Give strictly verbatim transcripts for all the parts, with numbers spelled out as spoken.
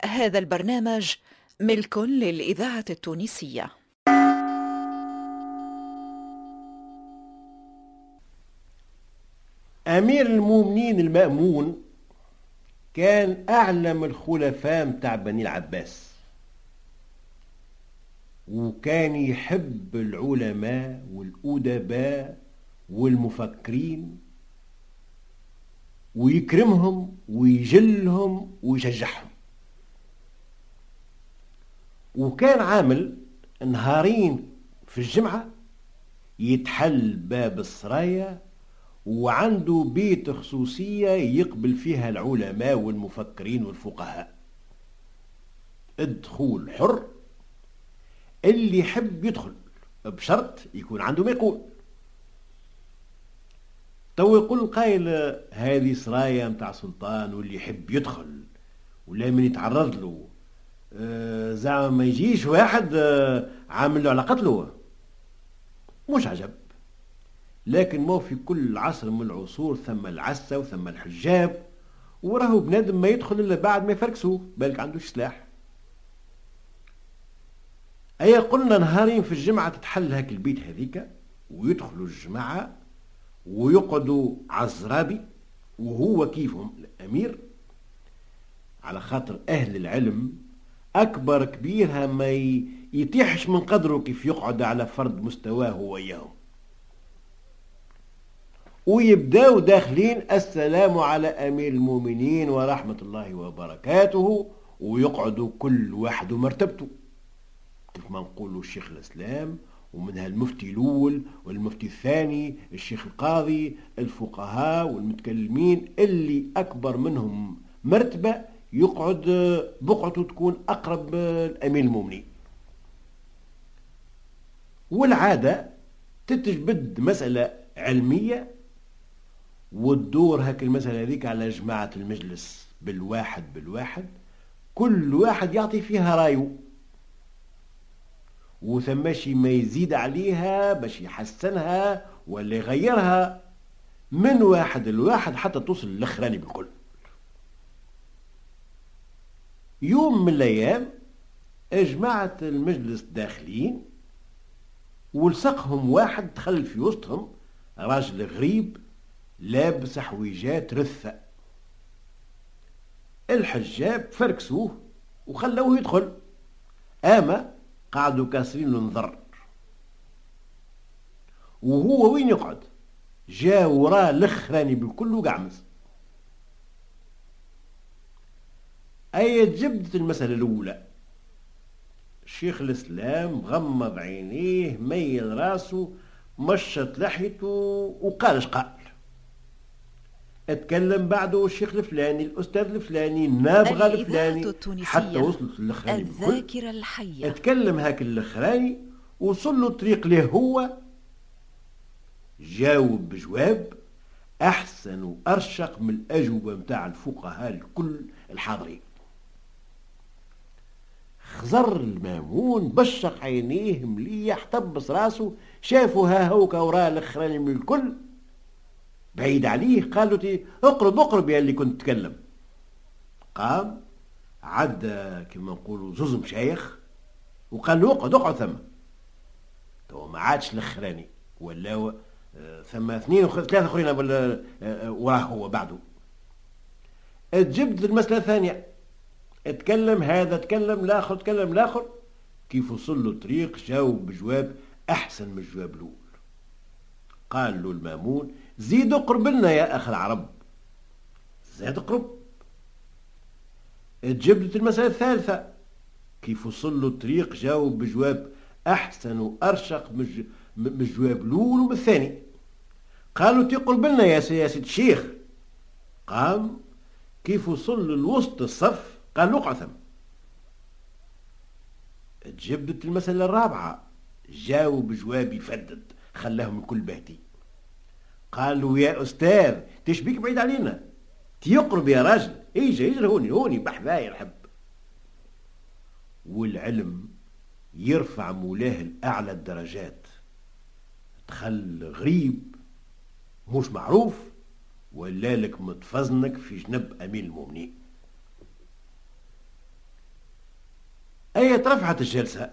هذا البرنامج ملك للإذاعة التونسية. أمير المؤمنين المأمون كان أعلم الخلفاء متاع بني العباس، وكان يحب العلماء والأدباء والمفكرين، ويكرمهم ويجلهم ويشجعهم. وكان عامل نهارين في الجمعة يتحل باب السرايا، وعنده بيت خصوصية يقبل فيها العلماء والمفكرين والفقهاء، الدخول حر، اللي يحب يدخل بشرط يكون عنده ما يقول. تو يقول قايل هذه سرايا متاع سلطان، واللي يحب يدخل ولا من يتعرض له آه زعما ما يجيش واحد آه عامل له على قتله، مش عجب. لكن مو في كل عصر من العصور ثم العسة وثم الحجاب، وراهو بنادم ما يدخل إلا بعد ما يفركسوه، بالك عندوش سلاح. أي قلنا نهارين في الجمعة تتحل هاك البيت هذيك، ويدخلوا الجماعة ويقعدوا عزرابي، وهو كيفهم الأمير، على خاطر أهل العلم أكبر كبيرها ما يتيحش من قدره كيف يقعد على فرد مستواه هو وياهم. ويبداو داخلين السلام على أمير المؤمنين ورحمة الله وبركاته، ويقعدوا كل واحد ومرتبته، كيف ما نقولوا الشيخ الإسلام، ومنها المفتي الأول والمفتي الثاني، الشيخ القاضي، الفقهاء والمتكلمين اللي أكبر منهم مرتبة يقعد بقعته تكون أقرب الأمير المؤمنين. والعادة تتجبد مسألة علمية وتدور هاك المسألة هذيك على جماعة المجلس بالواحد بالواحد، كل واحد يعطي فيها رايه، وثماشي ما يزيد عليها باش يحسنها ولا يغيرها، من واحد الواحد حتى توصل للأخراني بالكل. يوم من الأيام جماعة المجلس داخلين، ولصقهم واحد دخل في وسطهم، راجل غريب لابس حويجات رثة. الحجاب فركسوه وخلوه يدخل، اما قعدوا كاسرين له نظر. وهو وين يقعد؟ جا وراه الاخراني بالكل وقعمز. اي جبدت المسألة الأولى، الشيخ الإسلام غمض عينيه، ميل راسه، مشط لحيته، وقال اش قال. اتكلم بعده الشيخ الفلاني، الأستاذ الفلاني، النابغة الفلاني، حتى وصلت للأخراني بالكل. الذاكرة الحية. اتكلم هاك الأخراني، وصل له الطريق ليه هو، جاوب بجواب أحسن وأرشق من الأجوبة متاع الفقهاء الكل الحاضرين. خزر المامون، بشق عينيه مليح، طبس راسه، شافوا ها هوكا وراه الأخراني من الكل بعيد عليه، قالوا تي اقرب اقرب يا اللي كنت تتكلم. قام عدى كما نقولوا زوز مشايخ، وقال له اقعد اقعد ثم. تو ما عادش الاخراني، ولا ثم اثنين ثلاثه اخرين ولا وراه هو بعده. تجبد المساله الثانيه، اتكلم هذا، تكلم الاخر، تكلم الاخر، كيف وصل له طريق جاوب بجواب احسن من الجواب الاول. قال له المامون زيد اقرب لنا يا اخ العرب. زاد اقرب. تجبدت المسألة الثالثة، كيف وصل له الطريق جاوب بجواب أحسن وأرشق من الجواب الأول ومن الثاني. قالوا تقرب لنا يا سياسة الشيخ. قام كيف وصل له الوسط الصف، قال له اقعد ثم. تجبدت المسألة الرابعة، جاوب بجواب يفدد، خلاهم الكل باهتين. قالوا يا أستاذ تشبيك بعيد علينا، تيقرب يا راجل، ايجا ايجا هوني هوني بحذايا الحب. والعلم يرفع مولاه الأعلى الدرجات. دخل غريب مش معروف، ولا لك متفزنك في جنب أمير المؤمنين. هيا ترفعت الجلسة.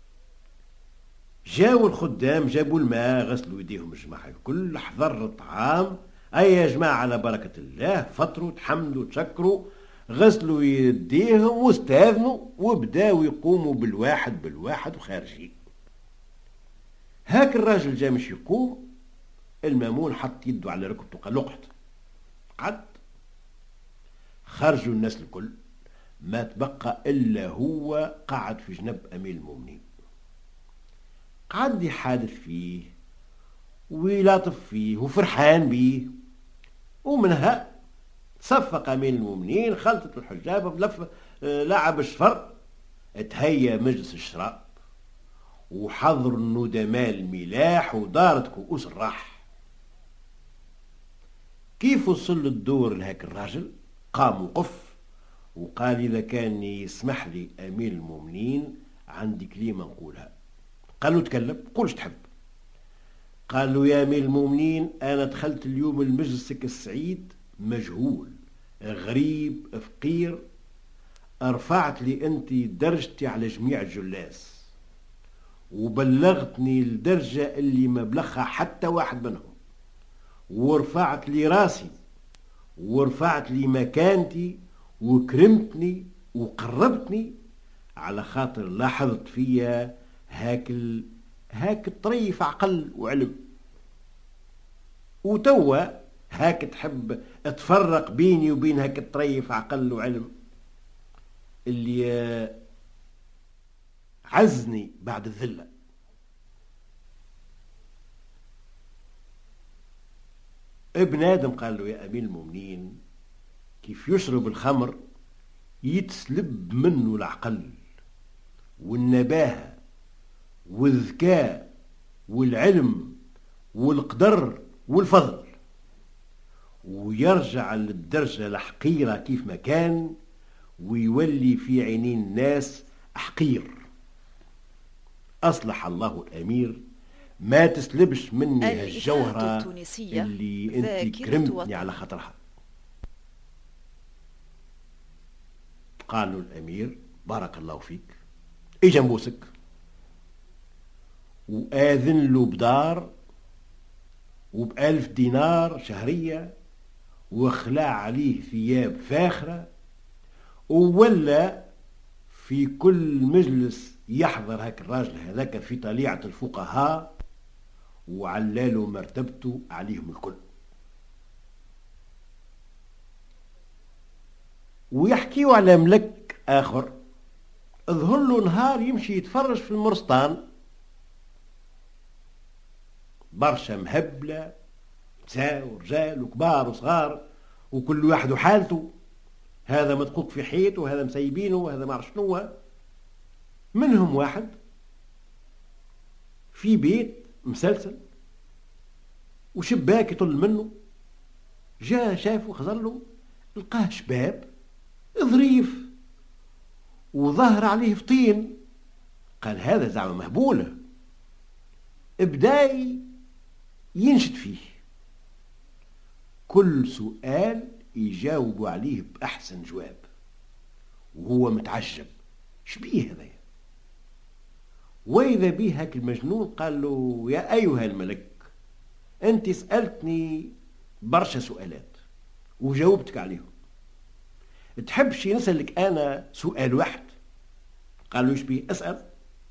جاوا الخدام، جابوا الماء، غسلوا يديهم الجماعة الكل، حضر الطعام. أي يا جماعة على بركة الله، فطروا تحمدوا تشكروا، غسلوا يديهم واستاذنوا، وبداوا يقوموا بالواحد بالواحد وخارجين. هاك الراجل جا مش يقوم، المامون حط يده على ركبته قال اقعد. قعد. خرجوا الناس الكل، ما تبقى إلا هو قعد في جنب أمير المؤمنين. قعد يحادث فيه ويلاطف فيه وفرحان بيه. ومنها صفق أمير المؤمنين، خلطت الحجاب بلف، لعب الشفر، تهيا مجلس الشراب، وحضر الندماء الملاح، ودارت كؤوس الراح. كيف وصل الدور لهاك الراجل؟ قام وقف وقال إذا كان يسمح لي أمير المؤمنين عندي كلمة نقولها. قال له تكلم، قولش تحب. قال له يا أمير المؤمنين، أنا دخلت اليوم المجلسك السعيد مجهول، غريب، فقير، رفعت لي أنت درجتي على جميع الجلاس، وبلغتني الدرجة اللي ما بلغها حتى واحد منهم، ورفعت لي راسي، ورفعت لي مكانتي، وكرمتني وقربتني، على خاطر لاحظت فيا هاك ال... هاك الطريف عقل وعلم، وتوا هاك تحب تفرق بيني وبين هاك الطريف عقل وعلم اللي عزني بعد الذلة. ابن آدم قال له يا أمير المؤمنين، كيف يشرب الخمر يتسلب منه العقل والنباهة والذكاء والعلم والقدر والفضل، ويرجع للدرجة الحقيرة كيف ما كان، ويولي في عينين الناس حقير. أصلح الله الأمير، ما تسلبش مني هالجوهرة اللي انت كرمتني على خاطرها. قال له الأمير بارك الله فيك، اجا نبوسك، وآذن له بدار وبألف دينار شهرية، وخلع عليه ثياب فاخرة، وولا في كل مجلس يحضر هاك الراجل هذاك في طليعة الفقهاء، وعلاله مرتبته عليهم الكل. ويحكيوا على ملك آخر ظهر له نهار يمشي يتفرج في المرستان، برشا مهبلة، نساء ورجال وكبار وصغار، وكل واحد وحالته، هذا مدقوق في حيط، وهذا مسيبينه، وهذا ما عرف شنو. منهم واحد في بيت مسلسل وشباك يطل منه، جاء شافه خزر له، لقاه شباب ظريف وظهر عليه فطين. قال هذا زعما مهبولة، ابدا ينشد فيه، كل سؤال يجاوبوا عليه بأحسن جواب، وهو متعجب شبيه هذا. وإذا به هاك المجنون قال له يا أيها الملك، أنت سألتني برشا سؤالات وجاوبتك عليهم، تحبش نسألك أنا سؤال واحد؟ قال له شبيه؟ أسأل.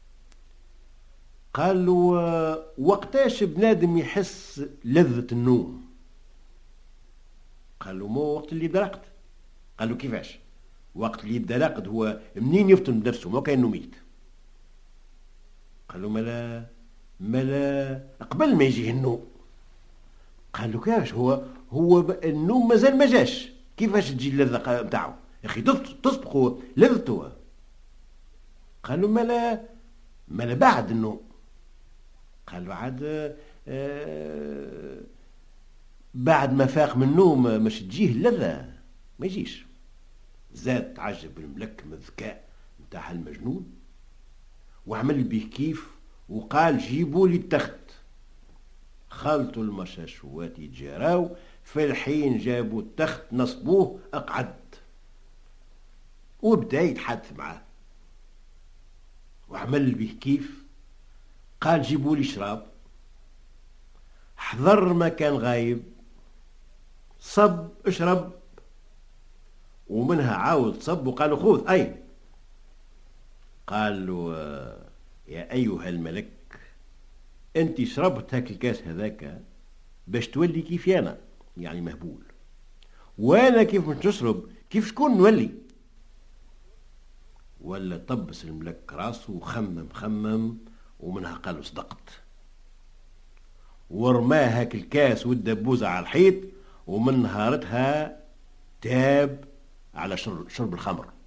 قال له وقتاش بنادم يحس لذة النوم؟ قال له مو وقت اللي درقت. قال له كيفاش؟ وقت اللي درقت هو منين يفطن بدرسه، ما كأنه ميت. قال له ملا ملا قبل ما يجيه النوم. قال له كيفاش؟ هو هو النوم مازال ما جاش، كيفاش تجي اللذة نتاعو؟ يا أخي تسبق لذته. قال له ملا ملا بعد النوم. قال له عاد آه بعد ما فاق من النوم مش تجيه اللذة، ما يجيش. زاد تعجب الملك من الذكاء نتاع المجنون، وعمل به كيف، وقال جيبوا لي التخت. خلطوا المشاشوات يتجاراو، في الحين جابوا التخت نصبوه، اقعد وبدا يتحدث معاه. وعمل به كيف. قال جيبوا لي شراب. حضر ما كان غايب، صب اشرب، ومنها عاود صب وقال له خذ أي. قال له يا أيها الملك، أنت شربت هاك الكاس هذاك باش تولي كيفي أنا، يعني مهبول، وأنا كيف مش نشرب كيف شكون نولي؟ ولا طبس الملك راسه وخمم خمم، ومنها قال له صدقت، ورماه هاك الكاس والدبوزة على الحيط، ومن نهارتها تاب على شرب, شرب الخمر.